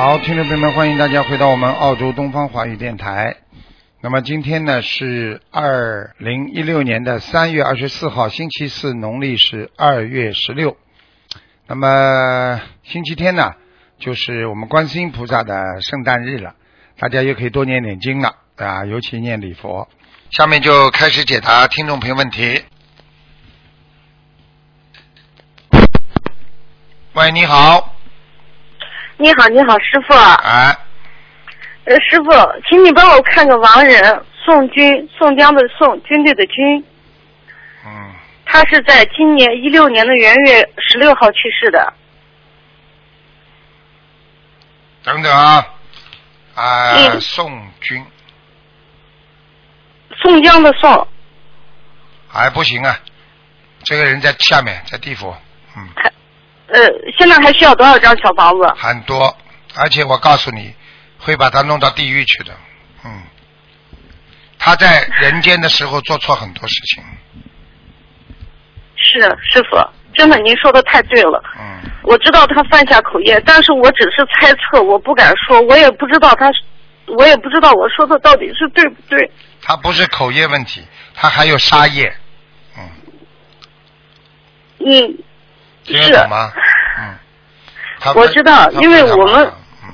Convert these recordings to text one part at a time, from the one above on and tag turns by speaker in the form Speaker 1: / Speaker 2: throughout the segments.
Speaker 1: 好，听众朋友们，欢迎大家回到我们澳洲东方华语电台。那么今天呢是2016年的3月24号，星期四，农历是2月16。那么星期天呢，就是我们观世音菩萨的圣诞日了，大家又可以多念点经了啊，尤其念礼佛。下面就开始解答听众朋友问题。喂，你好。
Speaker 2: 你好，你好，师傅。
Speaker 1: 哎。
Speaker 2: 师傅，请你帮我看个亡人宋军，宋江的宋，军队的军。他是在今年16年的元月16号去世的。
Speaker 1: 等等啊，宋军。
Speaker 2: 宋江的宋。
Speaker 1: 还不行啊，这个人在下面，在地府。
Speaker 2: 现在还需要多少张小房子？
Speaker 1: 很多，而且我告诉你，会把他弄到地狱去的。他在人间的时候做错很多事情。
Speaker 2: 是师傅，真的您说的太对了。我知道他犯下口业，但是我只是猜测，我不敢说，我也不知道我说的到底是对不对。
Speaker 1: 他不是口业问题，他还有杀业。听得懂吗？
Speaker 2: 我知道，因为我们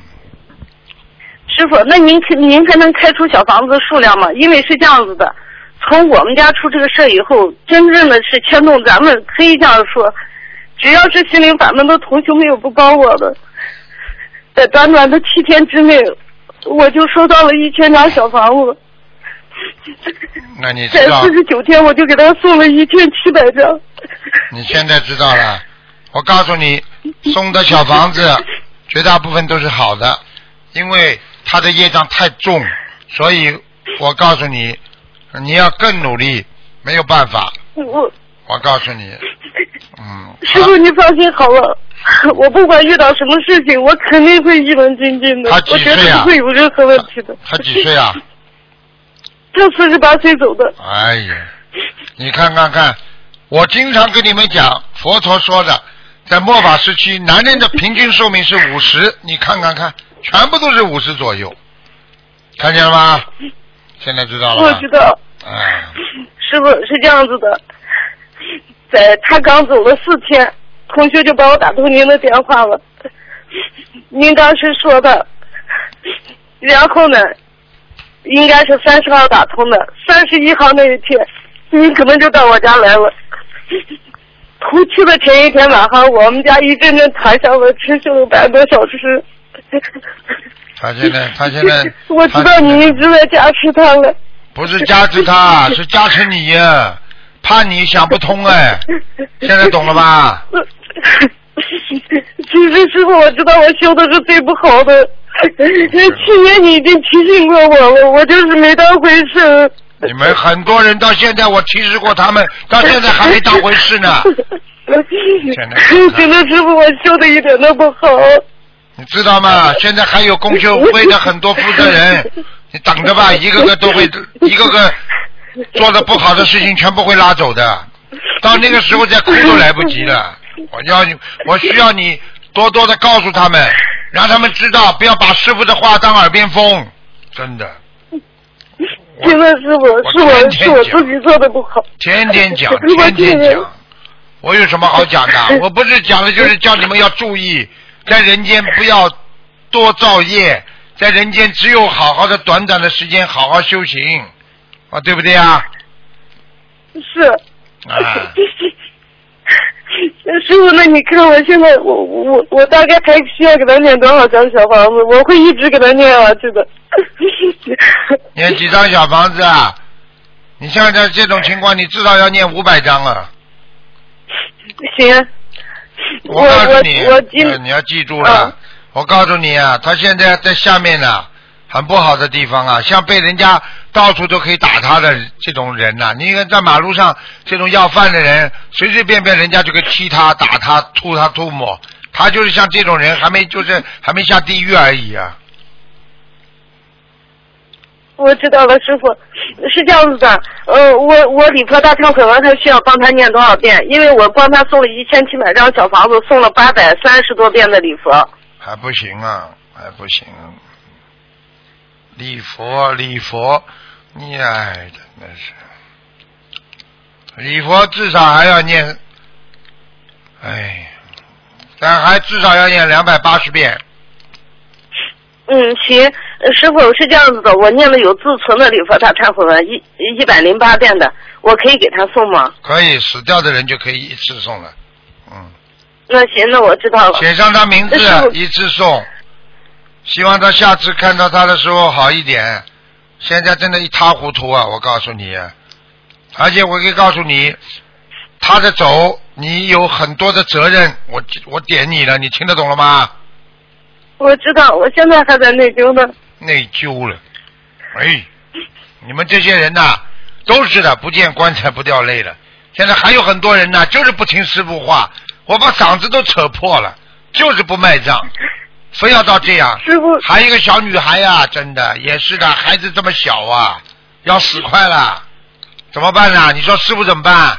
Speaker 2: 师傅，那您还能开出小房子的数量吗？因为是这样子的，从我们家出这个事以后，真正的是牵动咱们，可以这样说，只要是心灵法门的同学没有不帮我的，在短短的7天之内，我就收到了1000张小房子。
Speaker 1: 那你知道？
Speaker 2: 在49天，我就给他送了1700张。
Speaker 1: 你现在知道了。我告诉你，送的小房子绝大部分都是好的，因为他的业障太重，所以我告诉你，你要更努力，没有办法。我告诉你，
Speaker 2: 师傅你放心好了，我不管遇到什么事情，我肯定会一本精进的。
Speaker 1: 他几岁啊？
Speaker 2: 我绝对不会有任何问题的。
Speaker 1: 他几岁啊？
Speaker 2: 他48岁走的。
Speaker 1: 哎呀，你看，我经常跟你们讲，佛陀说的，在末法时期，男人的平均寿命是50，你看，全部都是50左右，看见了吗？现在知道了吗？
Speaker 2: 我知道。师傅是这样子的，在他刚走了4天，同学就把我打通您的电话了。您当时说的，然后呢，应该是30号打通的，31号那一天，您可能就到我家来了。头七的前一天晚上，我们家一阵阵弹响了，持续了100多小时。
Speaker 1: 他现在，
Speaker 2: 我知道你一直在加持他了。
Speaker 1: 不是加持他，是加持你呀，怕你想不通哎。现在懂了吧？
Speaker 2: 其实师傅，我知道我修的是最不好的。去年你已经提醒过我了，我就是没当回事。
Speaker 1: 你们很多人到现在我提示过他们，到现在还没当回事呢。
Speaker 2: 真的师傅，我修的一点都不好。
Speaker 1: 你知道吗？现在还有公修会的很多负责人，你等着吧，一个个都会，一个个做的不好的事情全部会拉走的。到那个时候再哭都来不及了。我需要你多多的告诉他们，让他们知道，不要把师傅的话当耳边风，真的。
Speaker 2: 真的是我自己做的不好。
Speaker 1: 天天讲。我有什么好讲的？我不是讲的就是叫你们要注意，在人间不要多造业，在人间只有好好的短短的时间好好修行，对不对啊？
Speaker 2: 是。师傅，那你看我现在我大概还需要给他念多少张小房子？我会一直给他念下去的。
Speaker 1: 念几张小房子啊？你像这种情况，你至少要念500张了。
Speaker 2: 行。
Speaker 1: 我告诉你，你要记住了。我告诉你啊，他现在在下面呢，很不好的地方啊，像被人家到处都可以打他的这种人呐，你看在马路上这种要饭的人，随随便便人家就可以踢他、打他、吐沫，他就是像这种人，还没下地狱而已啊。
Speaker 2: 我知道了，师傅，是这样子的，我礼佛大忏悔文还需要帮他念多少遍？因为我帮他送了1700张小房子，送了830多遍的礼佛。
Speaker 1: 还不行啊， 还不行。礼佛，你真的是礼佛至少还要念，但还至少要念280遍。
Speaker 2: 行，师傅是这样子的，我念了有自存的礼佛大忏悔文108遍的，我可以给他送吗？
Speaker 1: 可以，死掉的人就可以一次送了。
Speaker 2: 那行，那我知道了。
Speaker 1: 写上他名字一次送，希望他下次看到他的时候好一点。现在真的一塌糊涂啊！我告诉你，而且我可以告诉你，他的走，你有很多的责任。我点你了，你听得懂了吗？
Speaker 2: 我知道，我现在还在内疚呢。
Speaker 1: 内疚了，你们这些人呐，都是的，不见棺材不掉泪了。现在还有很多人呐，就是不听师父话，我把嗓子都扯破了，就是不卖账，非要到这样。
Speaker 2: 师父，
Speaker 1: 还有一个小女孩呀，真的也是的，孩子这么小啊，要死快了，怎么办呢？你说师父怎么办？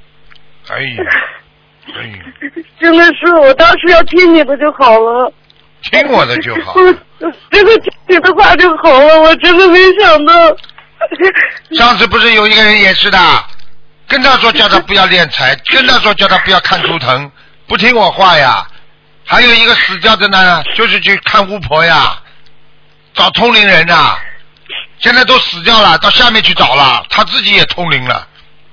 Speaker 2: 真的是，我当时要听你的就好了。
Speaker 1: 听我的就好。
Speaker 2: 这个听你的话就好了，我真的没想到。
Speaker 1: 上次不是有一个人也是的，跟他说叫他不要敛财，跟他说叫他不要看图腾，不听我话呀。还有一个死掉的呢，就是去看巫婆呀，找通灵人呐。现在都死掉了，到下面去找了，他自己也通灵了。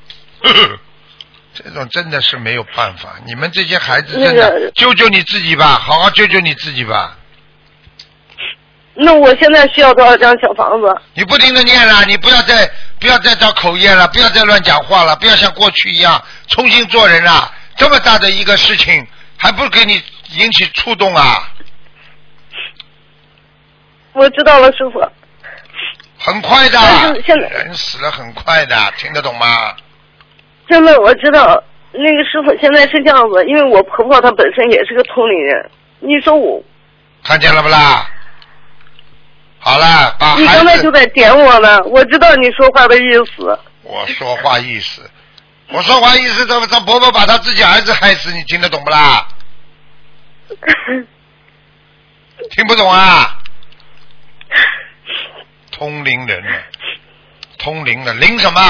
Speaker 1: 这种真的是没有办法，你们这些孩子真的救救你自己吧，好好救救你自己吧。
Speaker 2: 那我现在需要多少张小房子？
Speaker 1: 你不停的念了，你不要再找口业了，不要再乱讲话了，不要像过去一样重新做人了。这么大的一个事情，还不给你引起触动啊？
Speaker 2: 我知道了，师傅。
Speaker 1: 很快的，
Speaker 2: 现在
Speaker 1: 人死了很快的，听得懂吗？
Speaker 2: 现在我知道，那个师傅现在是这样子，因为我婆婆她本身也是个通灵人，你说我
Speaker 1: 看见了不啦？好了，把孩子。
Speaker 2: 你刚才就在点我呢，我知道你说话的意思。
Speaker 1: 我说话意思，这婆婆把她自己儿子害死，你听得懂不啦？听不懂啊？通灵人，通灵的灵什么？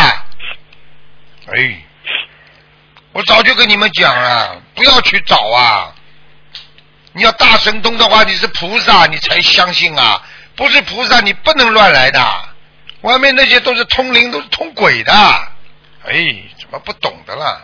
Speaker 1: 我早就跟你们讲了，不要去找啊！你要大神通的话，你是菩萨，你才相信啊！不是菩萨，你不能乱来的。外面那些都是通灵，都是通鬼的。怎么不懂的啦？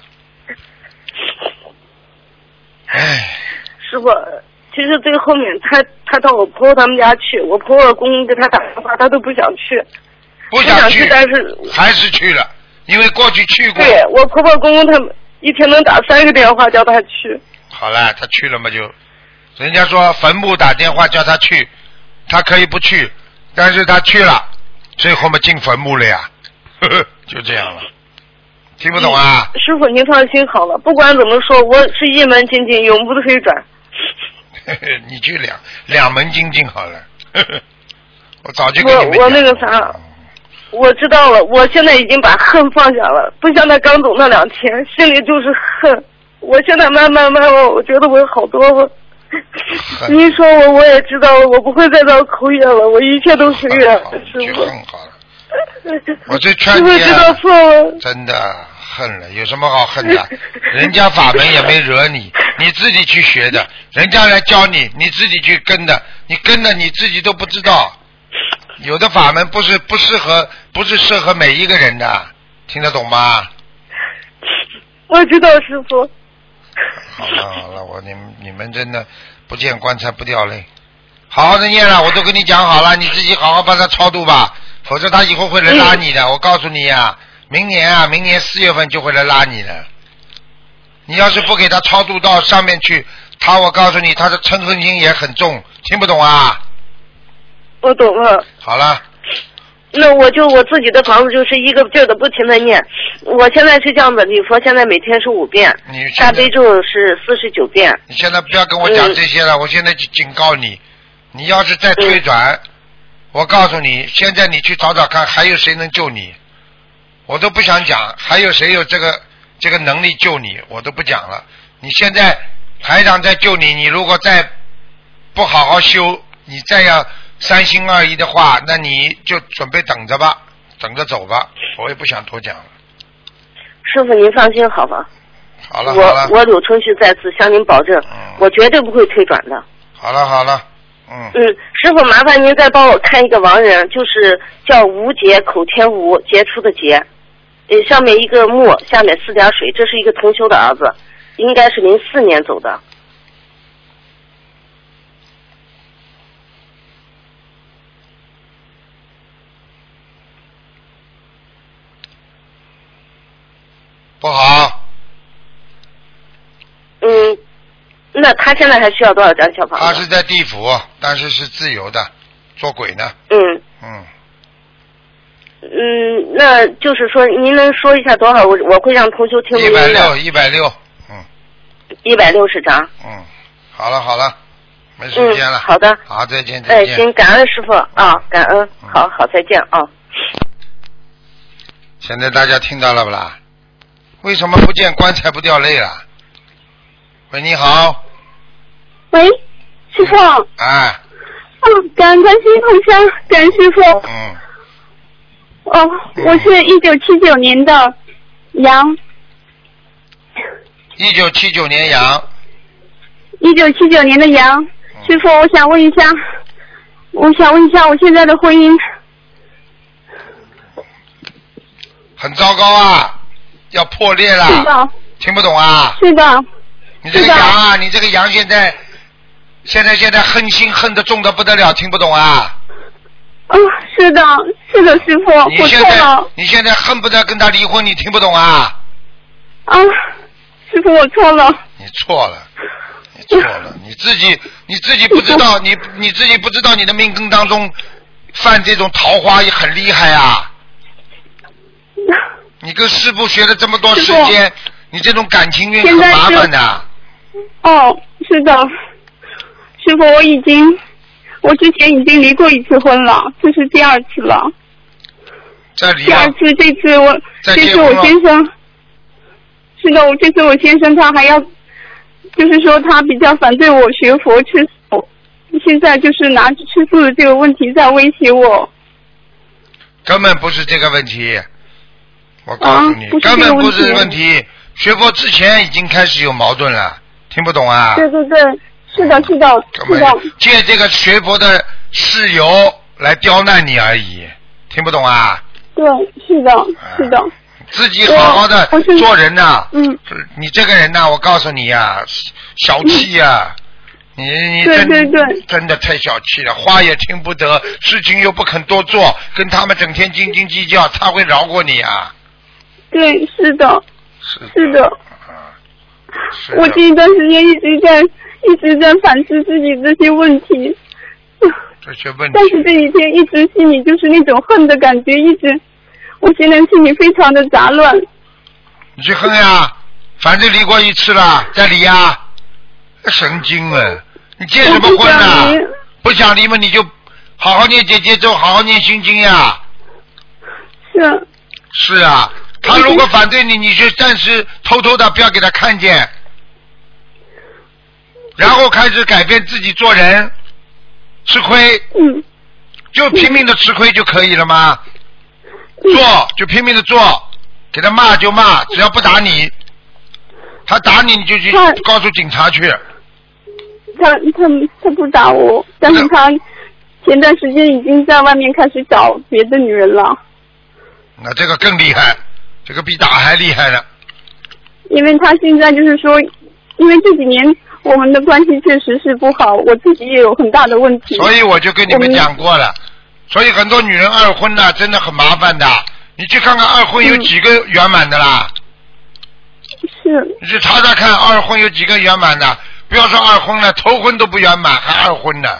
Speaker 2: 师傅，其实最后面他到我婆婆他们家去，我婆婆公公给他打电话，他都不想去。
Speaker 1: 不想去，
Speaker 2: 但是
Speaker 1: 还是去了，因为过去去过。
Speaker 2: 对，我婆婆公公他们一天能打3个电话叫他去。
Speaker 1: 好了，他去了嘛就，人家说坟墓打电话叫他去，他可以不去，但是他去了，最后嘛进坟墓了呀，就这样了。听不懂啊？
Speaker 2: 师傅您放心好了，不管怎么说，我是一门精进，永不退转。
Speaker 1: 你去两门精进好了。我早就跟你们讲。
Speaker 2: 我那个啥，我知道了，我现在已经把恨放下了，不像他刚走那2天，心里就是恨。我现在慢慢，我觉得我好多了。您说我也知道了，我不会再造口业了，我一切都随缘。师傅，
Speaker 1: 好了。我最劝你
Speaker 2: 知道错了，
Speaker 1: 真的恨了，有什么好恨的？人家法门也没惹你，你自己去学的，人家来教你，你自己去跟的，你跟的你自己都不知道。有的法门不是适合每一个人的，听得懂吗？
Speaker 2: 我知道，师傅。
Speaker 1: 好了，你们真的不见棺材不掉泪，好好的念了，我都跟你讲好了，你自己好好帮他超度吧，否则他以后会来拉你的。我告诉你呀，明年4月份就会来拉你的。你要是不给他超度到上面去，我告诉你，他的嗔恨心也很重，听不懂啊？
Speaker 2: 我懂了。
Speaker 1: 好了。
Speaker 2: 那我自己的房子就是一个劲儿的不停的念，我现在是这样的，礼佛现在每天是5遍，大悲咒是49遍。
Speaker 1: 你现在不要跟我讲这些了，我现在就警告你，你要是再退转，我告诉你，现在你去找找看，还有谁能救你？我都不想讲，还有谁有这个能力救你？我都不讲了。你现在台长在救你，你如果再不好好修， 你再要三心二意的话，那你就准备等着吧，等着走吧，我也不想多讲了。
Speaker 2: 师傅您放心好吧。
Speaker 1: 好了好了，
Speaker 2: 我柳春旭在此向您保证，我绝对不会退转的。
Speaker 1: 好了好了，
Speaker 2: 师傅麻烦您再帮我看一个亡人，就是叫吴杰，口天吴，杰出的杰，上面一个木，下面4点水，这是一个同修的儿子，应该是04年走的。
Speaker 1: 不好。
Speaker 2: 那他现在还需要多少张小房子？
Speaker 1: 他是在地府，但是是自由的，做鬼呢。
Speaker 2: 那就是说，您能说一下多少？我会让同修听录音的。
Speaker 1: 160，
Speaker 2: 160张。
Speaker 1: 好了好了，没时间了。
Speaker 2: 好的。
Speaker 1: 好，再见再见。
Speaker 2: 行，感恩师傅啊，感恩。好，再见啊。
Speaker 1: 现在大家听到了不啦？为什么不见棺材不掉泪了？喂，你好。
Speaker 3: 喂，师傅。
Speaker 1: 哎。
Speaker 3: 感恩观世音菩萨，感恩师傅。我是1979年的羊。
Speaker 1: 1979年羊。
Speaker 3: 1979年的羊，师傅，我想问一下，我现在的婚姻。
Speaker 1: 很糟糕啊，要破裂了。
Speaker 3: 是的。
Speaker 1: 听不懂啊？
Speaker 3: 是的。
Speaker 1: 你这个羊啊，你这个羊现在恨心恨得重得不得了，听不懂啊？
Speaker 3: 是的，师傅，我错了。
Speaker 1: 你现在恨不得跟他离婚，你听不懂啊？
Speaker 3: 师傅，我错了。
Speaker 1: 你错了，你自己不知道，你自己不知道你的命根当中犯这种桃花也很厉害啊。你跟师父学了这么多时间，你这种感情运很麻烦的。
Speaker 3: 是的，师傅，我之前已经离过1次婚了，这是第2次了。
Speaker 1: 再离。
Speaker 3: 第2次，这次我先生，是的，这次我先生他还要，就是说他比较反对我学佛吃素，现在就是拿吃素的这个问题在威胁我。
Speaker 1: 根本不是这个问题，我告诉你，根本不是问题。学佛之前已经开始有矛盾了，听不懂啊？
Speaker 3: 对，是的。
Speaker 1: 借这个学佛的事由来刁难你而已，听不懂啊？
Speaker 3: 对，是的。
Speaker 1: 自己好好的做人呐。你这个人呐，我告诉你呀，小气呀。你真的太小气了，话也听不得，事情又不肯多做，跟他们整天斤斤计较，他会饶过你啊？
Speaker 3: 对，是的。我这一段时间一直在反思自己这些问题，但是这几天一直心里就是那种恨的感觉，我现在心里非常的杂乱。
Speaker 1: 你去恨呀，反正离过1次了，再离呀，神经啊！你结什么婚啊？不想离嘛，你就好好念姐姐咒，好好念心经呀。是啊，他如果反对你，你就暂时偷偷的不要给他看见，然后开始改变自己做人，吃亏，就拼命的吃亏就可以了吗？做就拼命的做，给他骂就骂，只要不打你，他打你你就去告诉警察去。
Speaker 3: 他不打我，但是他前段时间已经在外面开始找别的女人了。
Speaker 1: 那这个更厉害，这个比打还厉害了。
Speaker 3: 因为他现在就是说，因为这几年我们的关系确实是不好，我自己也有很大的问题。
Speaker 1: 所以我就跟你们讲过了，所以很多女人二婚呢，真的很麻烦的。你去看看二婚有几个圆满的啦？你去查查看二婚有几个圆满的。不要说二婚了，头婚都不圆满，还二婚呢？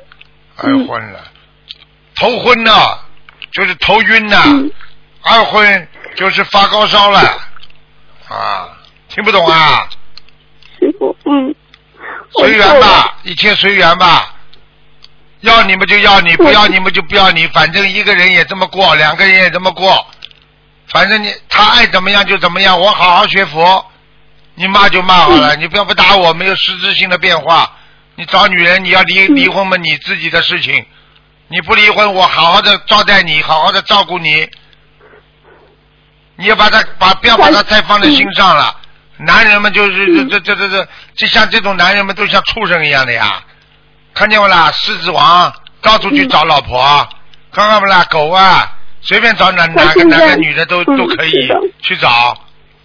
Speaker 1: 头婚呢，就是头晕呢，二婚就是发高烧了，听不懂啊？
Speaker 3: 师傅，
Speaker 1: 随缘吧，一切随缘吧。要你们就要你，不要你们就不要你，反正一个人也这么过，两个人也这么过，反正他爱怎么样就怎么样，我好好学佛。你骂就骂好了，你不要不打我，没有实质性的变化， 你找女人，你要离婚嘛，你自己的事情。你不离婚，我好好的招待你，好好的照顾你。你要不要把他再放在心上了。男人们就是这像这种男人们都像畜生一样的呀，看见不啦？狮子王到处去找老婆，看看不啦？狗啊，随便找哪个女的都可以去找。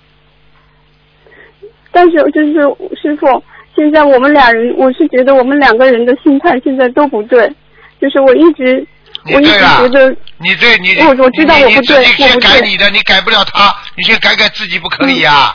Speaker 3: 但是就是师父，现在我们俩人，我是觉得我们两个人的心态现在都不对，就是我一直觉得
Speaker 1: 你对你
Speaker 3: 我知道我不对，
Speaker 1: 你自己先改你的，你改不了他，你先改自己不可以啊。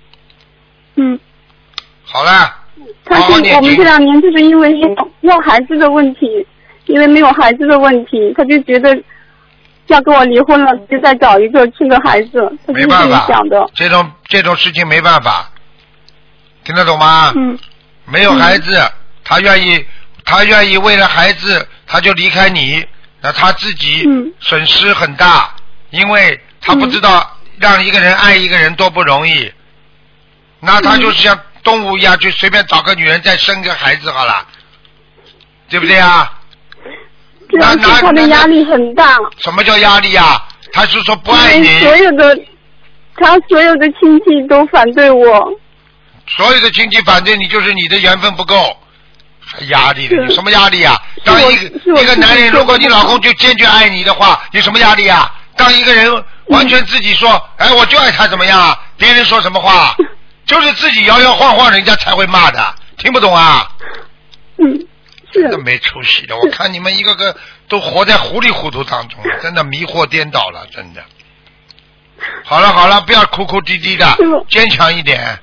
Speaker 1: 好了。
Speaker 3: 我们这2年就是因为要孩子的问题，因为没有孩子的问题，他就觉得要跟我离婚了，就再找一个生个孩子，他就是这么想的。
Speaker 1: 这种事情没办法，听得懂吗？没有孩子，他愿意为了孩子，他就离开你，那他自己损失很大，因为他不知道让一个人爱一个人多不容易，那他就是像动物一样，就随便找个女人再生个孩子好了，对不对啊？
Speaker 3: 那他的压力很大。
Speaker 1: 什么叫压力啊？他是说不爱你。
Speaker 3: 他所有的亲戚都反对我。
Speaker 1: 所有的亲戚反对你，就是你的缘分不够，还压力的，有什么压力啊？当一个男人，如果你老公就坚决爱你的话，有什么压力啊？当一个人完全自己说，哎，我就爱他怎么样啊？别人说什么话，就是自己摇摇晃晃，人家才会骂的，听不懂啊？真的没出息的，我看你们一个个都活在糊里糊涂当中了，真的迷惑颠倒了，真的。好了，不要哭哭啼啼的，坚强一点。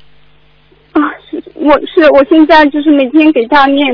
Speaker 3: 我现在就是每天给他念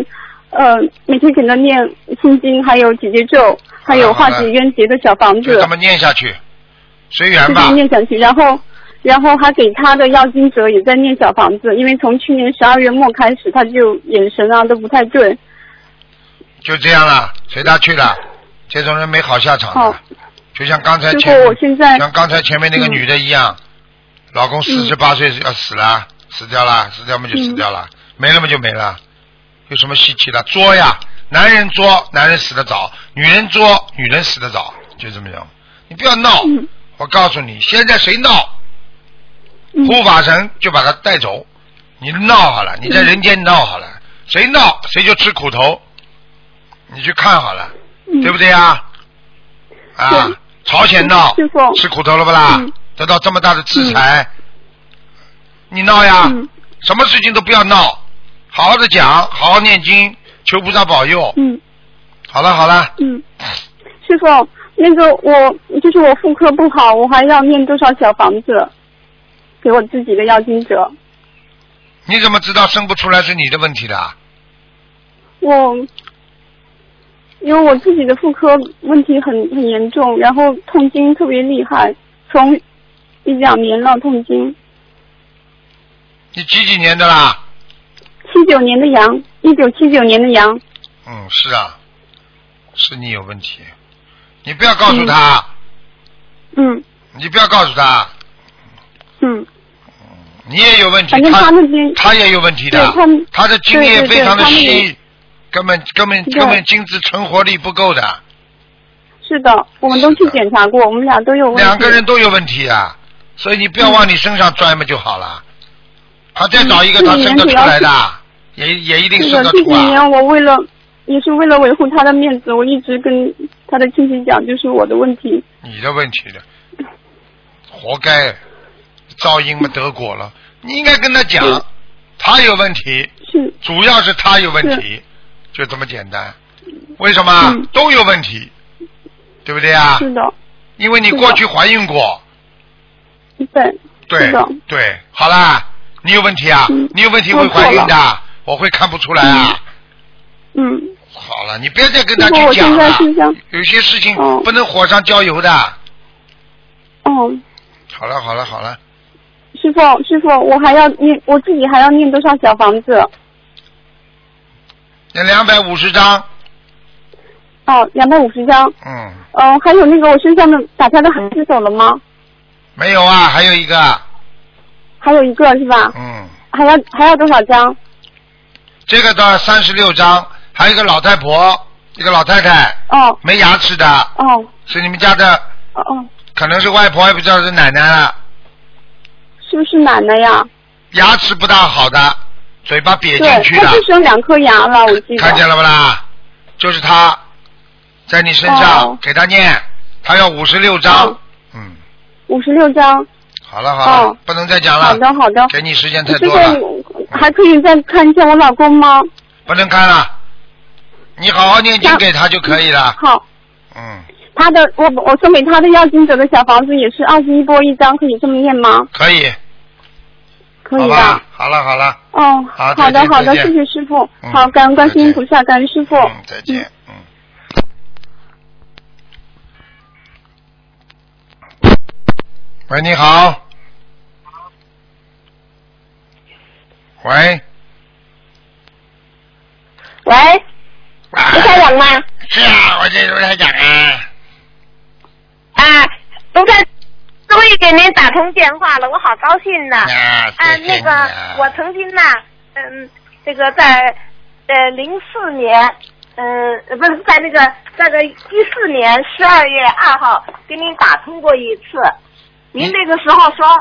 Speaker 3: 心经，还有姐姐咒，还有化解冤结的小房子。
Speaker 1: 就这么念下去，随缘吧。
Speaker 3: 念下去，然后还给他的要经者也在念小房子，因为从去年12月末开始，他就眼神啊都不太对。就
Speaker 1: 这样了，随他去了，这种人没好下场的。就像刚才前面那个女的一样，老公48岁要死了。死掉嘛就死掉了，没了嘛就没了，有什么稀奇的？作呀，男人作，男人死得早；女人作，女人死得早，就这么样。你不要闹，我告诉你，现在谁闹，护法神就把他带走。你闹好了，你在人间闹好了，谁闹谁就吃苦头，你去看好了，对不对啊？朝鲜闹吃苦头了不啦？得到这么大的制裁。你闹呀，什么事情都不要闹，好好的讲，好好念经，求菩萨保佑。好了。
Speaker 3: 师父，那个我妇科不好，我还要念多少小房子给我自己的要经者？
Speaker 1: 你怎么知道生不出来是你的问题的？
Speaker 3: 因为我自己的妇科问题很严重，然后痛经特别厉害，从1-2年了痛经。
Speaker 1: 你几年的啦
Speaker 3: ？79年的羊，1979年的羊。
Speaker 1: 是啊，是你有问题，你不要告诉他。你不要告诉他。你也有问题，他也有问题的，他的精液非常的稀，根本精子成活力不够的。
Speaker 3: 是的，我们都去检查过，我们俩都有问题。
Speaker 1: 2个人都有问题啊，所以你不要往你身上拽嘛就好了。他再找一个他生得出来的，也一定生得出啊。这几
Speaker 3: 年我也是为了维护他的面子，我一直跟他的亲戚讲，就是我的问题。
Speaker 1: 你的问题的，活该，噪音嘛得果了。你应该跟他讲，他有问题，主要是他有问题，就这么简单。为什么？都有问题，对不对啊？
Speaker 3: 是的。
Speaker 1: 因为你过去怀孕过。对，好啦。你有问题啊？你有问题会怀孕的，我会看不出来啊。好了，你不要再跟他去讲了，有些事情不能火上浇油的。好了。
Speaker 3: 师傅，我自己还要念多少小房子？
Speaker 1: 念250张。
Speaker 3: 250张。还有那个我身上的打胎的孩子走了吗？
Speaker 1: 没有啊，还有一个。
Speaker 3: 还有一个是吧？还要多少张？
Speaker 1: 这个到36张，还有一个老太婆，一个老太太，
Speaker 3: 哦，
Speaker 1: 没牙齿的，
Speaker 3: 哦，
Speaker 1: 是你们家的，
Speaker 3: 哦，
Speaker 1: 可能是外婆，也不知道是奶奶了，
Speaker 3: 是不是奶奶呀？
Speaker 1: 牙齿不大好的，嘴巴瘪进去
Speaker 3: 对，
Speaker 1: 的
Speaker 3: 她，就剩2颗牙了，我记得。
Speaker 1: 看见了不啦？就是他，在你身上给他念，他要56张，嗯
Speaker 3: ，56张。
Speaker 1: 好了好了，不能再讲了。
Speaker 3: 好的好的。
Speaker 1: 给你时间太多了。
Speaker 3: 还可以再看一下我老公吗？
Speaker 1: 不能看了，你好好念经给他就可以了。
Speaker 3: 好。
Speaker 1: 嗯。
Speaker 3: 他的我送给他的要经者的小房子也是21波1张，可以这么念吗？
Speaker 1: 可以。
Speaker 3: 可以的。
Speaker 1: 好了好了。
Speaker 3: 哦，好的好的，谢谢师傅。好，感恩观世音菩萨，感恩师傅。
Speaker 1: 再见。喂，你好。喂。
Speaker 4: 喂，卢台长吗？
Speaker 1: 是啊，我这卢台长啊。
Speaker 4: 啊，卢台，终于给您打通电话了，我好高兴呢。那个我曾经呢，这个在04年，不是在那个14年12月2号给您打通过一次。您那个时候说，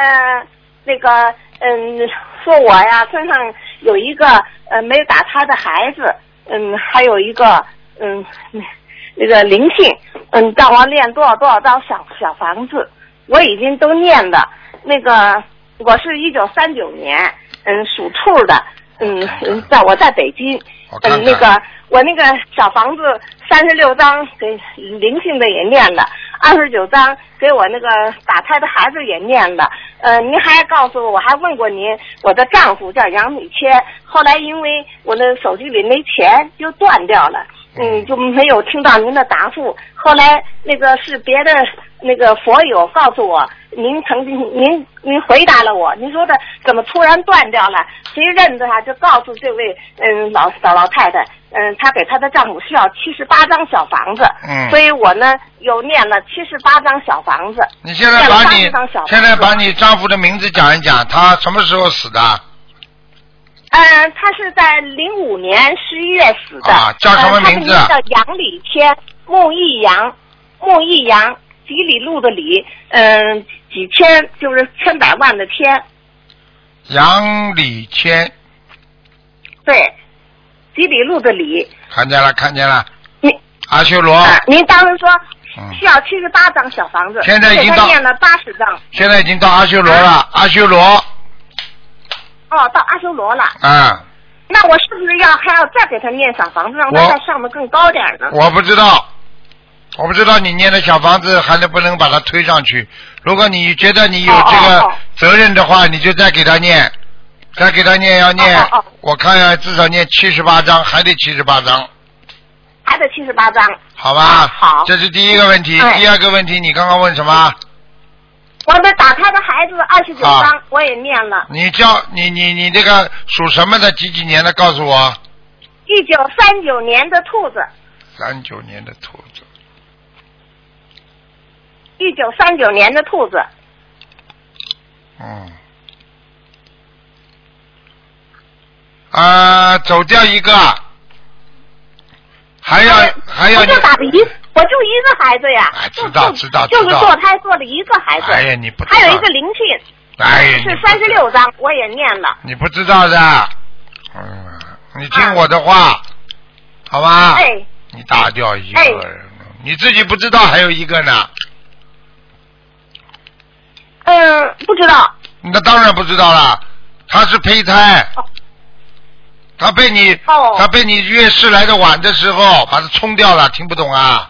Speaker 4: 说我呀身上有一个没有打胎的孩子，还有一个那个灵性，让我练多少张小房子，我已经都念了。那个我是1939年，属兔的，我在北京，那个我那个小房子36张给灵性的也念了，29张给我那个打胎的孩子也念了。您还告诉我还问过您，我的丈夫叫杨米谦，后来因为我的手机里没钱就断掉了，就没有听到您的答复。后来那个是别的那个佛友告诉我，您曾经您回答了我，您说的怎么突然断掉了？谁认得他就告诉这位老太太，她给她的丈夫需要78张小房子，所以我呢又念了78张小房子。
Speaker 1: 你现在把你丈夫的名字讲一讲，他什么时候死的？
Speaker 4: 他是在05年11月死的。
Speaker 1: 啊，叫什么名字？
Speaker 4: 叫杨礼谦，木易杨，几里路的里，几千就是千百万的千。
Speaker 1: 杨礼谦。
Speaker 4: 对，几里路的里。
Speaker 1: 看见了。阿修罗。
Speaker 4: 您当时说需要78张小房子，
Speaker 1: 现在已经到
Speaker 4: 念了80张。
Speaker 1: 现在已经到阿修罗了，阿修罗。
Speaker 4: 哦，到阿修罗了。那我是不是还要再给他念小房子，让他再上得更高点呢？
Speaker 1: 我不知道你念的小房子还能不能把它推上去。如果你觉得你有这个责任的话，你就再给他念，要念。我看呀，至少念78张，还得78张。
Speaker 4: 还得78张。
Speaker 1: 好吧。好。这是第一个问题。第二个问题，你刚刚问什么？
Speaker 4: 我的打胎的孩子29张，我也念了。
Speaker 1: 你这个属什么的？几年的？告诉我。
Speaker 4: 1939年的兔子。
Speaker 1: 39年的兔子。
Speaker 4: 1939年的兔子。
Speaker 1: 走掉一个，还要。
Speaker 4: 我就一个孩子呀。
Speaker 1: 知道。
Speaker 4: 就是堕胎做了一个孩子。
Speaker 1: 哎呀，你不知道。
Speaker 4: 还有一个灵性。
Speaker 1: 哎呀。
Speaker 4: 是36张，我也念了。
Speaker 1: 你不知道的。你听我的话，好吧？你打掉一个人，你自己不知道还有一个呢。
Speaker 4: 不知道。
Speaker 1: 那当然不知道了，他是胚胎。他被你月事来的晚的时候把他冲掉了，听不懂啊？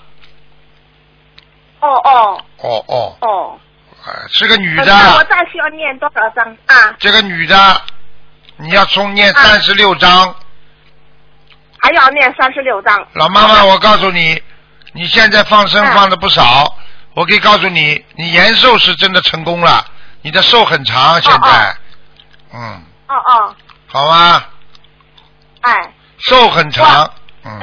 Speaker 1: 是个女的。
Speaker 4: 那我再需要念多少张啊？
Speaker 1: 这个女的，你要念36张。
Speaker 4: 还要念36张。
Speaker 1: 老妈妈，我告诉你，你现在放生放的不少，我可以告诉你，你延寿是真的成功了，你的寿很长，现在。好吗？寿很长。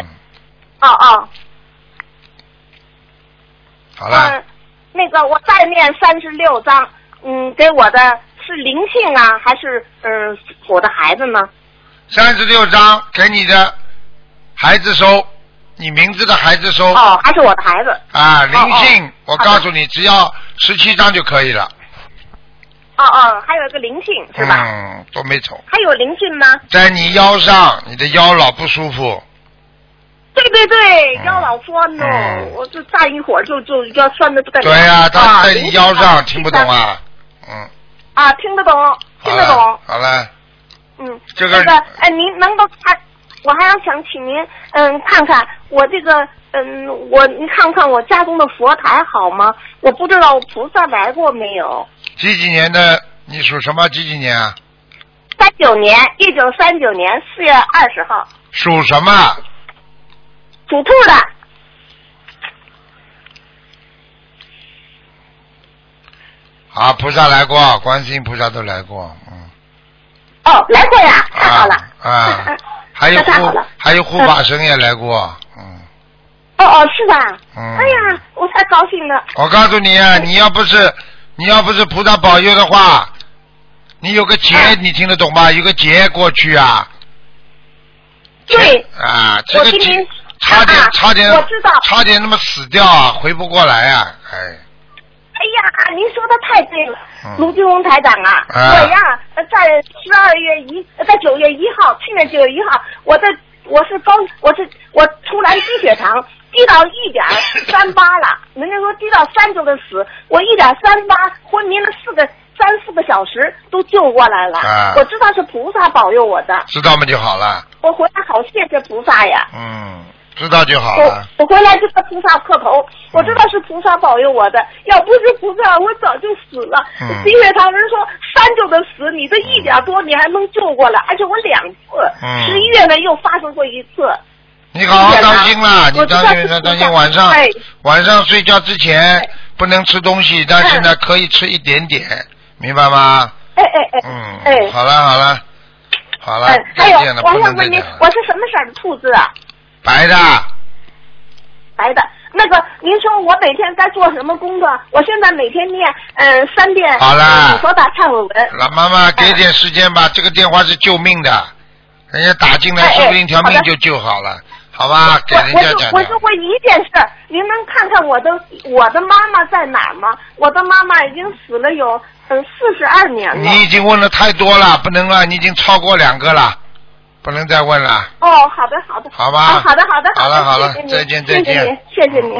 Speaker 1: 好了。
Speaker 4: 那个我再念36张，给我的是灵性啊，还是我的孩子呢？
Speaker 1: 36张给你的孩子收，你名字的孩子收。
Speaker 4: 哦，还是我的孩子。
Speaker 1: 啊，灵性，
Speaker 4: 哦
Speaker 1: 我告诉你，只要17张就可以了。
Speaker 4: 还有一个灵性是吧？
Speaker 1: 都没走。
Speaker 4: 还有灵性吗？
Speaker 1: 在你腰上，你的腰老不舒服。
Speaker 4: 对，腰老酸哦，我这站一会儿就要酸的不得了。
Speaker 1: 对呀，他在你腰上，听不懂啊？
Speaker 4: 听得懂，听得懂。
Speaker 1: 好了。这
Speaker 4: 个您能够我还要想请您看看我这个您看看我家中的佛台好吗？我不知道菩萨来过没有。
Speaker 1: 几年的？你属什么？几年啊
Speaker 4: ？39年，1939年4月20号。
Speaker 1: 属什么？
Speaker 4: 属兔的。
Speaker 1: 好，菩萨来过，观世音菩萨都来过，
Speaker 4: 来过呀，太好了。
Speaker 1: 还有护法神也来过，
Speaker 4: 是吧？哎呀，我太高兴了。
Speaker 1: 我告诉你啊，你要不是菩萨保佑的话，你有个劫，你听得懂吗？有个劫过去啊。
Speaker 4: 对。
Speaker 1: 这个劫差点，
Speaker 4: 我知道，
Speaker 1: 差点那么死掉啊，回不过来啊，
Speaker 4: 哎呀，您说的太对了，卢俊宏台长啊，我呀，在9月1号，去年9月1号，我突然低血糖低到1.38了，人家说低到3周的死，我1.38昏迷了3、4个小时都救过来了，我知道是菩萨保佑我的，
Speaker 1: 知道嘛就好了。
Speaker 4: 我回来好谢谢菩萨呀。
Speaker 1: 知道就好了。
Speaker 4: 我回来就跟菩萨磕头，我知道是菩萨保佑我的，要不是菩萨，我早就死了。低血糖人说3周的死，你这1点多你还能救过来，而且我2次，11月呢又发生过1次。
Speaker 1: 你好好当心啦，你当心晚上睡觉之前不能吃东西，但是呢可以吃一点点，明白吗？好了，
Speaker 4: 还有我想问您，我是什么色的兔子啊？
Speaker 1: 白的。
Speaker 4: 那个，您说我每天该做什么工作？我现在每天念3遍。
Speaker 1: 好了。
Speaker 4: 礼佛大忏悔文。
Speaker 1: 老妈妈，给点时间吧，这个电话是救命的，人家打进来，说不定一条命就救好了，好吧？给人家讲。
Speaker 4: 我是问一件事，您能看看我的妈妈在哪儿吗？我的妈妈已经死了有42年了。
Speaker 1: 你已经问了太多了，不能了，你已经超过2个了。不能再问了。
Speaker 4: 好的。
Speaker 1: 好吧。
Speaker 4: 好的。
Speaker 1: 好了，再见。
Speaker 4: 谢谢您。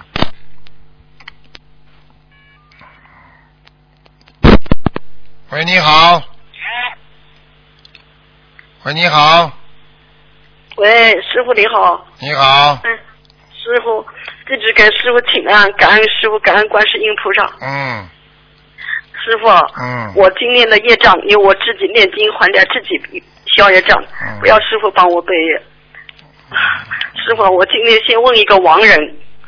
Speaker 1: 喂，你好。
Speaker 5: 喂，师傅你好。
Speaker 1: 你好。
Speaker 5: 师傅，弟子给师傅请安，感恩师傅，感恩观世音菩萨。师傅，我今年的业障由我自己念经还点自己消业障，不要师傅帮我背业。师傅，我今天先问一个亡人。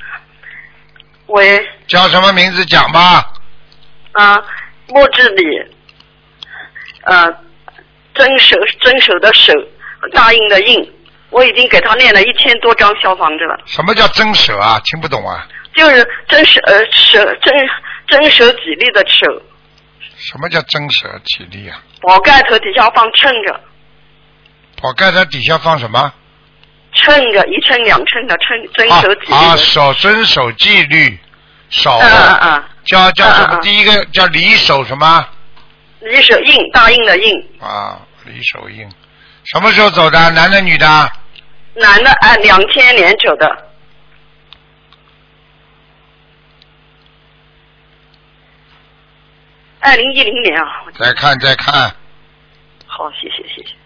Speaker 5: 喂。
Speaker 1: 叫什么名字讲吧？
Speaker 5: 墨字里，真手的手，大印的印。我已经给他念了1000多张小房子了。
Speaker 1: 什么叫真手啊？听不懂啊。
Speaker 5: 就是真手吉利的手。
Speaker 1: 什么叫真手吉利啊？
Speaker 5: 宝盖头底下放称着。
Speaker 1: 宝盖头底下放什么？
Speaker 5: 称着，1称2称的称，真手吉利。
Speaker 1: 手真手纪律，手。叫什么？第一个叫离手什么？
Speaker 5: 离手印，大印的印。
Speaker 1: 离手印。什么时候走的？男的女的？
Speaker 5: 男的，2000年走的。2010年啊。
Speaker 1: 再看。
Speaker 5: 好，谢谢。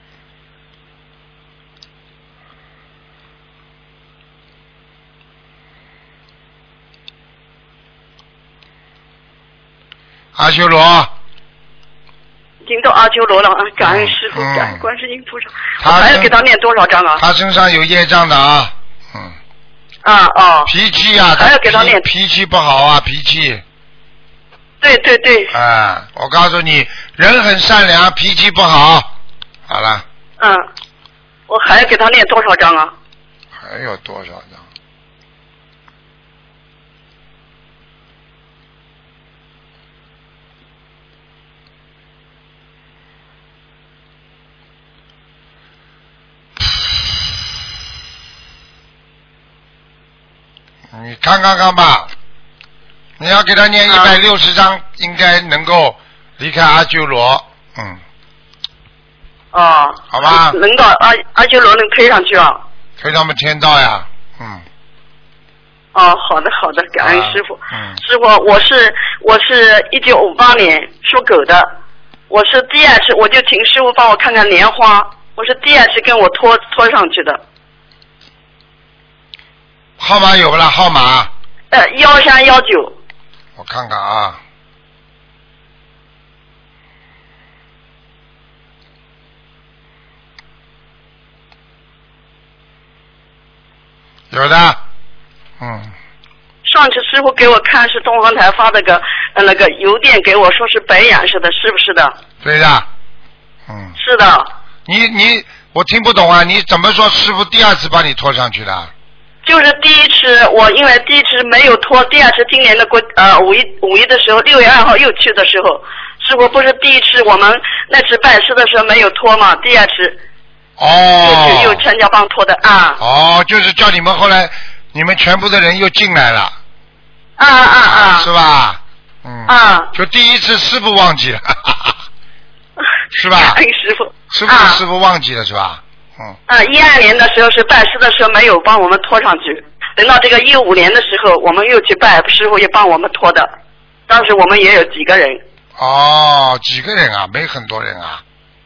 Speaker 1: 阿修罗。
Speaker 5: 已经到阿修罗了啊！感恩师父，感恩观世音菩萨。我还要给他念多少章啊？
Speaker 1: 他身上有业障的啊。脾气啊，
Speaker 5: 还要给他念。
Speaker 1: 脾气不好啊，脾气。
Speaker 5: 对。
Speaker 1: 我告诉你，人很善良，脾气不好。好了。
Speaker 5: 我还要给他念多少章啊？
Speaker 1: 还有多少章？ 你看吧，你要给他念160章，应该能够离开阿修罗。
Speaker 5: 哦，
Speaker 1: 好吧，
Speaker 5: 能到阿修罗能推上去啊？
Speaker 1: 推他们天道呀。
Speaker 5: 哦，好的，感恩师傅。师傅，我是1958年属狗的，我是第二次，我就请师傅帮我看看莲花，我是第二次跟我拖上去的。
Speaker 1: 号码有不啦？号码
Speaker 5: 1319。
Speaker 1: 我看看啊。有的。
Speaker 5: 上次师傅给我看是东方台发的那个邮电给我说是白颜色的，是不是的？
Speaker 1: 对的。
Speaker 5: 是的。
Speaker 1: 我听不懂啊，你怎么说师傅第二次把你拖上去的？
Speaker 5: 就是第一次，我因为第一次没有拖，第二次今年的五一的时候，6月2号又去的时候，师傅不是第一次我们那次拜师的时候没有拖吗？第二次。又全家帮拖的啊。
Speaker 1: 就是叫你们后来你们全部的人又进来了。是吧？就第一次师傅忘记了。是吧？
Speaker 5: 哎，师傅。
Speaker 1: 师傅忘记了是吧
Speaker 5: ？12年的时候是拜师的时候没有帮我们拖上去，等到这个15年的时候我们又去拜师傅，也帮我们拖的。当时我们也有几个人。
Speaker 1: 几个人啊？没很多人啊。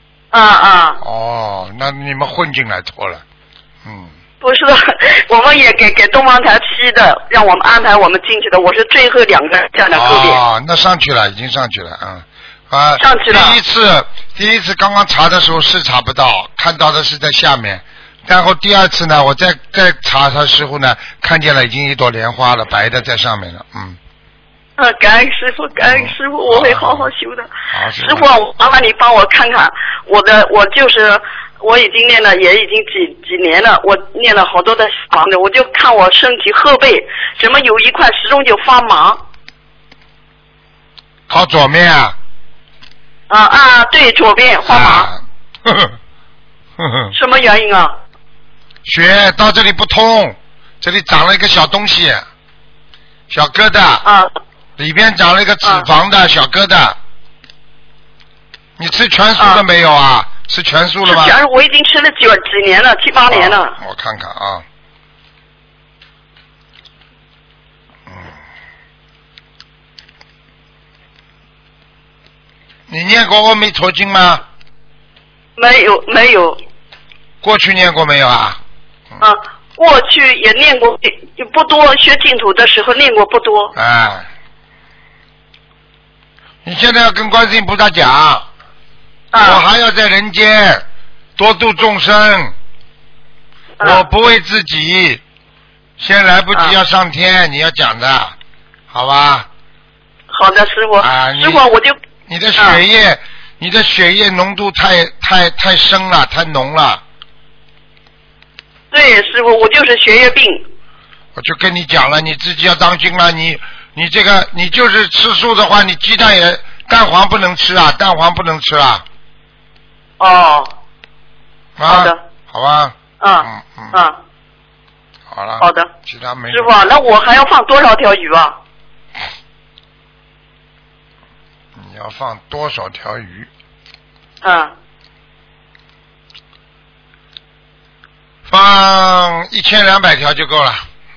Speaker 1: 那你们混进来拖了。
Speaker 5: 不是的，我们也给东方台批的，让我们安排我们进去的。我是最后2个站在后边。
Speaker 1: 那上去了，已经上去了
Speaker 5: 上去了。
Speaker 1: 第一次刚刚查的时候是查不到，看到的是在下面。然后第二次呢，我再查的时候呢，看见了已经一朵莲花了，白的在上面了。
Speaker 5: 感恩师傅，我会好好修的。
Speaker 1: 师
Speaker 5: 傅，麻烦你帮我看看我已经念了，也已经几年了，我念了好多的房子，我就看我身体后背怎么有一块始终就发麻。
Speaker 1: 靠左面啊？
Speaker 5: 对，左边发麻。什么原因啊？
Speaker 1: 血到这里不通，这里长了一个小东西，小疙瘩。里边长了一个脂肪的小疙瘩。你吃全素了没有啊？吃全素了吗？
Speaker 5: 吃全素，我已经吃了几年了，7、8年了。
Speaker 1: 我看看啊。你念过阿弥陀经吗？
Speaker 5: 没有。
Speaker 1: 过去念过没有啊？
Speaker 5: 过去也念过，也不多。学净土的时候念过不多。
Speaker 1: 你现在要跟观世音菩萨讲，我还要在人间多度众生，我不为自己，先来不及要上天，你要讲的，好吧？
Speaker 5: 好的，师傅。师傅，我就
Speaker 1: 你的血液浓度太深了，太浓了。
Speaker 5: 对，师傅，我就是血液病。
Speaker 1: 我就跟你讲了，你自己要当心了，你这个你就是吃素的话，你鸡蛋也蛋黄不能吃啊，蛋黄不能吃啊。
Speaker 5: 好的。
Speaker 1: 好吧。好了。
Speaker 5: 好的。
Speaker 1: 其他没。
Speaker 5: 师傅，那我还要放多少条鱼啊？
Speaker 1: 你要放多少条鱼？放1200条就够了。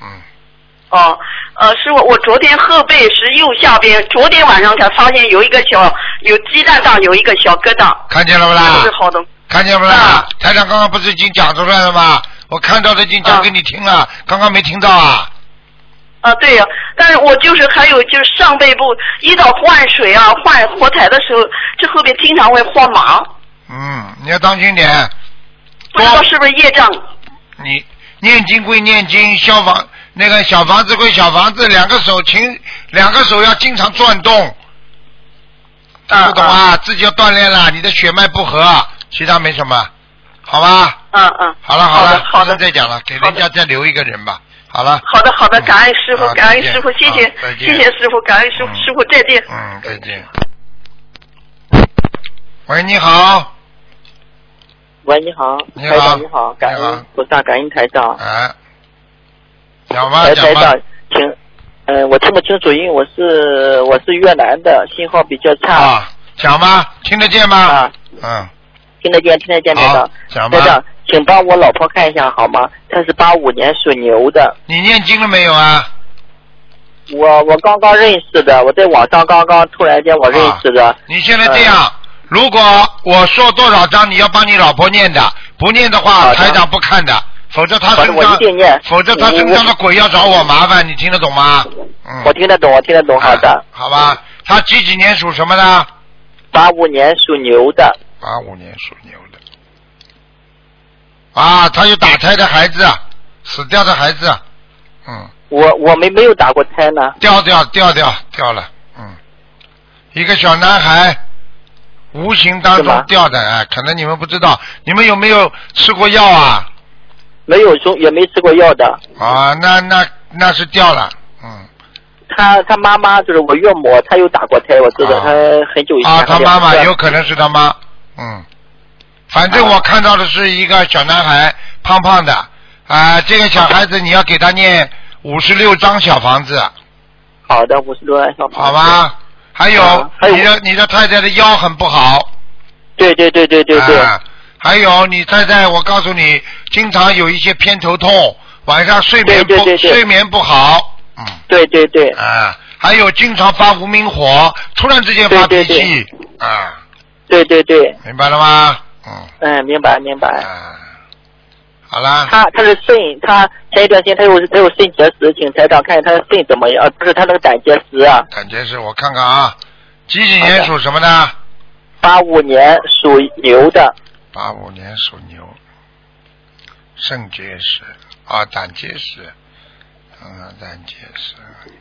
Speaker 5: 师傅，我昨天后背是右下边，昨天晚上才发现有鸡蛋上有一个小疙瘩。
Speaker 1: 看见了不啦？
Speaker 5: 是好的。
Speaker 1: 看见不啦？台长刚刚不是已经讲出来了吗？我看到的已经讲给你听了，刚刚没听到啊？
Speaker 5: 对呀，但是我还有上背部一到换水换火柴的时候，这后边经常会发麻。
Speaker 1: 你要当心点。
Speaker 5: 不知道是不是业障？
Speaker 1: 你念经归念经，小房子归小房子，两个手要经常转动。听不懂啊？自己要锻炼了，你的血脉不和，其他没什么，好吧？好了，
Speaker 5: 好的，
Speaker 1: 再讲了，给人家再留一个人吧。好了。
Speaker 5: 好的，感恩师傅，感恩师傅，谢谢师傅，感恩师傅，师傅再见。
Speaker 1: 再见。喂，你好。
Speaker 6: 喂，你好，
Speaker 1: 台
Speaker 6: 长你好，感恩菩萨，感恩台长。
Speaker 1: 讲吧。
Speaker 6: 我听不清楚，因为我是越南的，信号比较差。
Speaker 1: 啊，讲吗？听得见吗？
Speaker 6: 啊，听得见，台长。
Speaker 1: 讲吧。
Speaker 6: 台长，请帮我老婆看一下好吗？她是85年属牛的。
Speaker 1: 你念经了没有啊？
Speaker 6: 我刚刚认识的，我在网上刚突然间我认识的。
Speaker 1: 你现在这样，如果我说多少章，你要帮你老婆念的，不念的话，台长不看的。否则他身上的鬼要找我麻烦，你听得懂吗？
Speaker 6: 我听得懂，好的。
Speaker 1: 好吧，他几年属什么的
Speaker 6: ？85年属牛的。
Speaker 1: 85年属牛的。啊，他有打胎的孩子，死掉的孩子。
Speaker 6: 我没有打过胎呢。
Speaker 1: 掉了。一个小男孩，无形当中掉的，可能你们不知道，你们有没有吃过药啊？
Speaker 6: 没有，也没吃过药的。
Speaker 1: 啊，那是掉了。
Speaker 6: 他妈妈就是我岳母，她有打过胎，我知道，她很久以前。
Speaker 1: 他妈妈有可能是他妈。反正我看到的是一个小男孩，胖胖的。这个小孩子你要给他念56张小房子。
Speaker 6: 好的，56张小房子。
Speaker 1: 好吧。还有你的太太的腰很不好。
Speaker 6: 对。
Speaker 1: 还有你太太，我告诉你，经常有一些偏头痛，晚上睡眠不好。
Speaker 6: 对。
Speaker 1: 还有经常发无名火，突然之间发脾气。
Speaker 6: 对。
Speaker 1: 明白了吗？
Speaker 6: 明白。
Speaker 1: 好了。
Speaker 6: 他是肾，他前一段时间他有肾结石，请台长看看他的肾怎么样，不是他那个胆结石啊。
Speaker 1: 胆结石，我看看啊，几年属什么的
Speaker 6: ？85年属牛的。
Speaker 1: 85年属牛，肾结石胆结石，胆结石。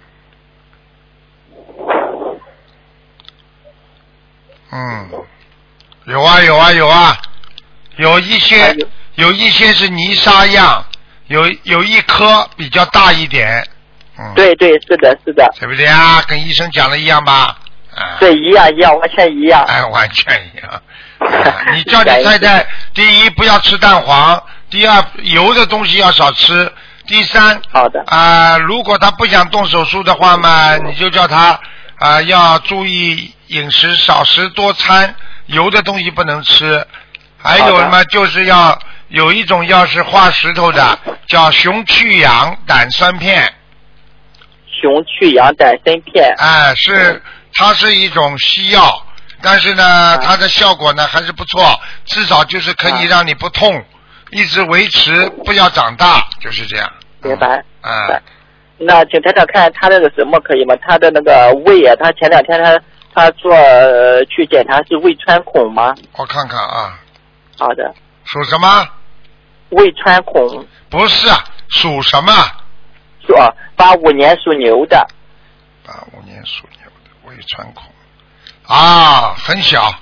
Speaker 1: 有一些是泥沙样，有一颗比较大一点。
Speaker 6: 对，是的。
Speaker 1: 对不对啊？跟医生讲的一样吧？
Speaker 6: 对，一样，完全一样。
Speaker 1: 完全一样。你叫你太太，第一不要吃蛋黄，第二油的东西要少吃，第三，
Speaker 6: 好的
Speaker 1: 如果他不想动手术的话嘛，你就叫他要注意饮食，少食多餐，油的东西不能吃。还有什么就是要有一种药是化石头的，叫熊去氧胆酸片。
Speaker 6: 熊去氧胆酸片。
Speaker 1: 它是一种西药。但是呢，它的效果呢还是不错，至少就是可以让你不痛，一直维持，不要长大，就是这样。
Speaker 6: 明白。那请台长看他那个什么可以吗？他的那个胃啊，他前2天他做去检查是胃穿孔吗？
Speaker 1: 我看看啊。
Speaker 6: 好的。
Speaker 1: 属什么？
Speaker 6: 胃穿孔。
Speaker 1: 不是，属什么？
Speaker 6: 属85年属牛的。
Speaker 1: 85年属牛的胃穿孔。很小，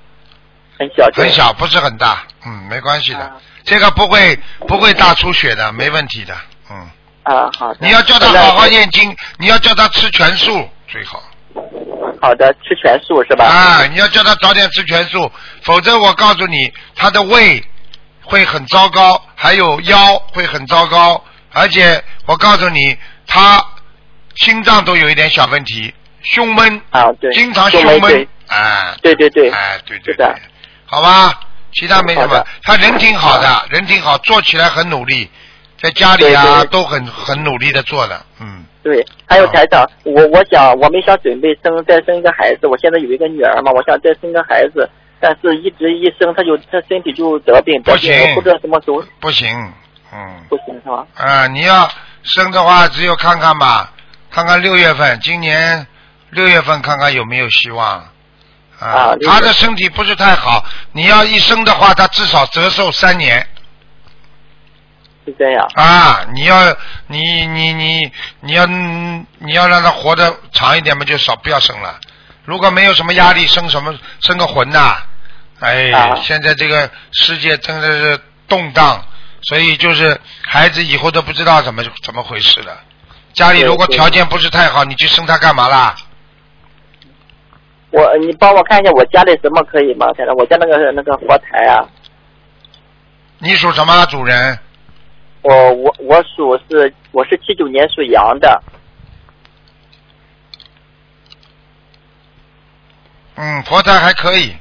Speaker 1: 不是很大，没关系的，这个不会大出血的，没问题的，
Speaker 6: 好的。
Speaker 1: 你要叫他好好念经，你要叫他吃全素最好。
Speaker 6: 好的，吃全素是吧？
Speaker 1: 你要叫他早点吃全素，否则我告诉你，他的胃会很糟糕，还有腰会很糟糕，而且我告诉你，他心脏都有一点小问题。胸闷
Speaker 6: 对，
Speaker 1: 经常胸闷，
Speaker 6: 对，
Speaker 1: 对，好吧，其他没什么。他人挺好的，人挺好，做起来很努力，在家里都很努力的做的，
Speaker 6: 对，还有台长，我没想准备再生一个孩子，我现在有一个女儿嘛，我想再生个孩子，但是一生他身体就得病，
Speaker 1: 不行，
Speaker 6: 我不知道什么时候。
Speaker 1: 不行，
Speaker 6: 不行是吧？
Speaker 1: 你要生的话，只有看看吧，看看6月份，今年。6月份看看有没有希望他的身体不是太好，你要一生的话，他至少折寿3年。
Speaker 6: 是这样
Speaker 1: 你要让他活得长一点嘛，就不要生了。如果没有什么压力，生个魂呐！现在这个世界真的是动荡，所以就是孩子以后都不知道怎么回事了。家里如果条件不是太好，你去生他干嘛啦？
Speaker 6: 你帮我看一下我家里什么可以吗？我家那个佛台啊。
Speaker 1: 你属什么主人？
Speaker 6: 我是79年属羊的。
Speaker 1: 佛台还可以，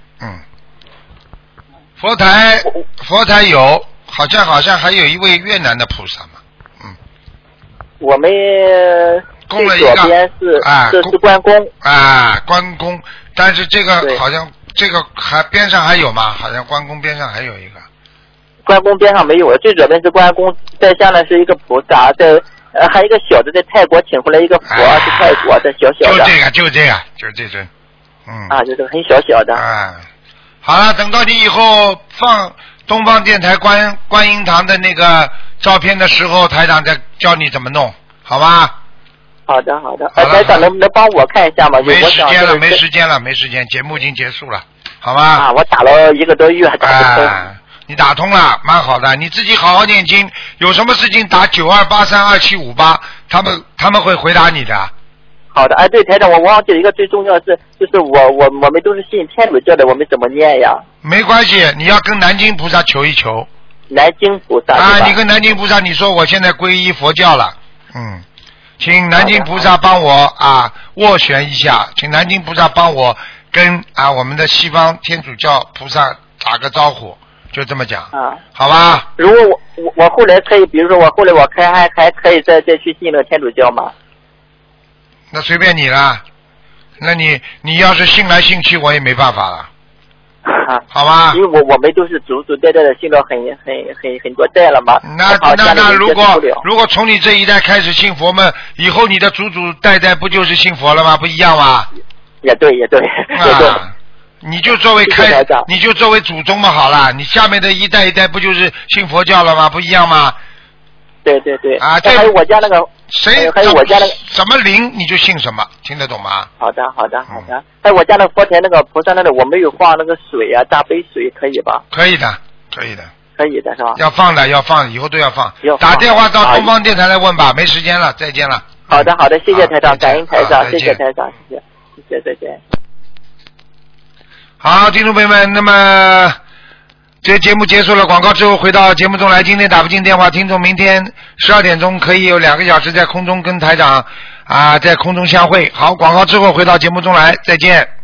Speaker 1: 佛台有，好像还有一位越南的菩萨嘛，
Speaker 6: 我们
Speaker 1: 供了一个，
Speaker 6: 左边这是关公
Speaker 1: 关公，但是这个好像这个还边上还有吗？好像关公边上还有一个。
Speaker 6: 关公边上没有，最左边是关公，在下呢是一个菩萨，在还有一个小的，在泰国请回来一个佛，是泰国的小小的。
Speaker 1: 就这尊，
Speaker 6: 就是很小小的。
Speaker 1: 好了，等到你以后放东方电台观音堂的那个照片的时候，台长再教你怎么弄，好吧？
Speaker 6: 好的。台长能不能帮我看一下吗？
Speaker 1: 没时间，节目已经结束了，好吧？
Speaker 6: 我打了1个多月还打不通。
Speaker 1: 你打通了，蛮好的。你自己好好念经，有什么事情打92832758，他们会回答你的。
Speaker 6: 好的，对，台长，我忘记了一个最重要的是，就是我们都是信天主教的，我们怎么念呀？
Speaker 1: 没关系，你要跟南京菩萨求一求。
Speaker 6: 南京菩萨
Speaker 1: 你跟南京菩萨你说我现在皈依佛教了，请南京菩萨帮我斡旋一下，请南京菩萨帮我跟我们的西方天主教菩萨打个招呼。就这么讲好吧？
Speaker 6: 如果我后来可以，比如说我后来还可以再去信那个天主教吗？
Speaker 1: 那随便你了。那你要是信来信去，我也没办法了。好吧？
Speaker 6: 因为我们都是祖代的信了很多代了嘛。
Speaker 1: 那如果从你这一代开始信佛嘛，以后你的祖代不就是信佛了吗？不一样吗？
Speaker 6: 也对。
Speaker 1: 你就作为祖宗嘛，好了，你下面的一代不就是信佛教了吗？不一样吗？
Speaker 6: 对。还有我家那个还有我家那个
Speaker 1: 什么灵你就信什么，听得懂吗？
Speaker 6: 好的。还有我家那个佛台那个菩萨那里，我没有放那个水大杯水，可以吧？
Speaker 1: 可以的是吧？要放，以后都要放。打电话到东方电台来问吧，没时间了，再见了。
Speaker 6: 好的，谢谢台长，感恩台长，谢谢台长，谢谢，再见。
Speaker 1: 好，听众朋友们，那么这节目结束了，广告之后回到节目中来。今天打不进电话，听众明天12点钟可以有2个小时在空中跟台长在空中相会。好，广告之后回到节目中来，再见。